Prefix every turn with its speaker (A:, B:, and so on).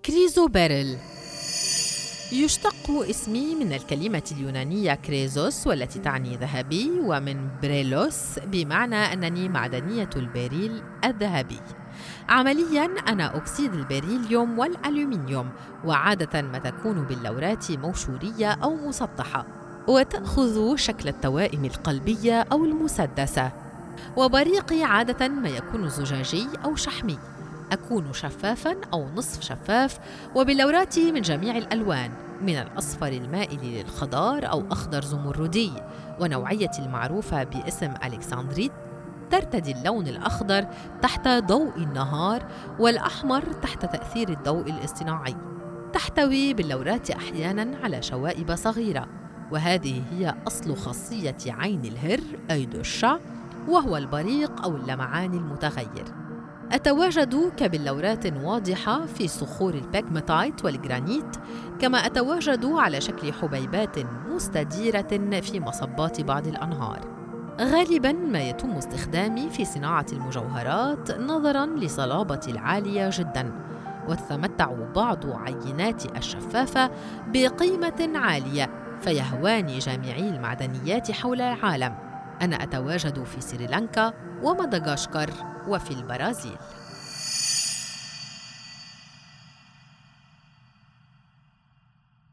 A: كريزوبيريل. يشتق اسمي من الكلمة اليونانية كريزوس والتي تعني ذهبي، ومن بريلوس بمعنى أنني معدنية البريل الذهبي. عملياً أنا أكسيد البريليوم والألومنيوم، وعادة ما تكون باللورات موشورية أو مسطحة، وتأخذ شكل التوائم القلبية أو المسدسة. وبريقي عادة ما يكون زجاجي أو شحمي. أكون شفافاً أو نصف شفاف، وباللورات من جميع الألوان، من الأصفر المائل للخضار أو أخضر زمردي، ونوعيتي المعروفة باسم ألكسندريت ترتدي اللون الأخضر تحت ضوء النهار، والأحمر تحت تأثير الضوء الاصطناعي. تحتوي باللورات أحياناً على شوائب صغيرة، وهذه هي أصل خاصية عين الهر أي دوشا، وهو البريق أو اللمعان المتغير. أتواجد كبلورات واضحة في صخور البيكماتايت والجرانيت، كما أتواجد على شكل حبيبات مستديرة في مصبات بعض الأنهار. غالباً ما يتم استخدامي في صناعة المجوهرات نظراً لصلابتي العالية جداً، وتتمتع بعض عينات الشفافة بقيمة عالية، فيهواني جامعي المعدنيات حول العالم. أنا أتواجد في سريلانكا ومدغشقر وفي البرازيل.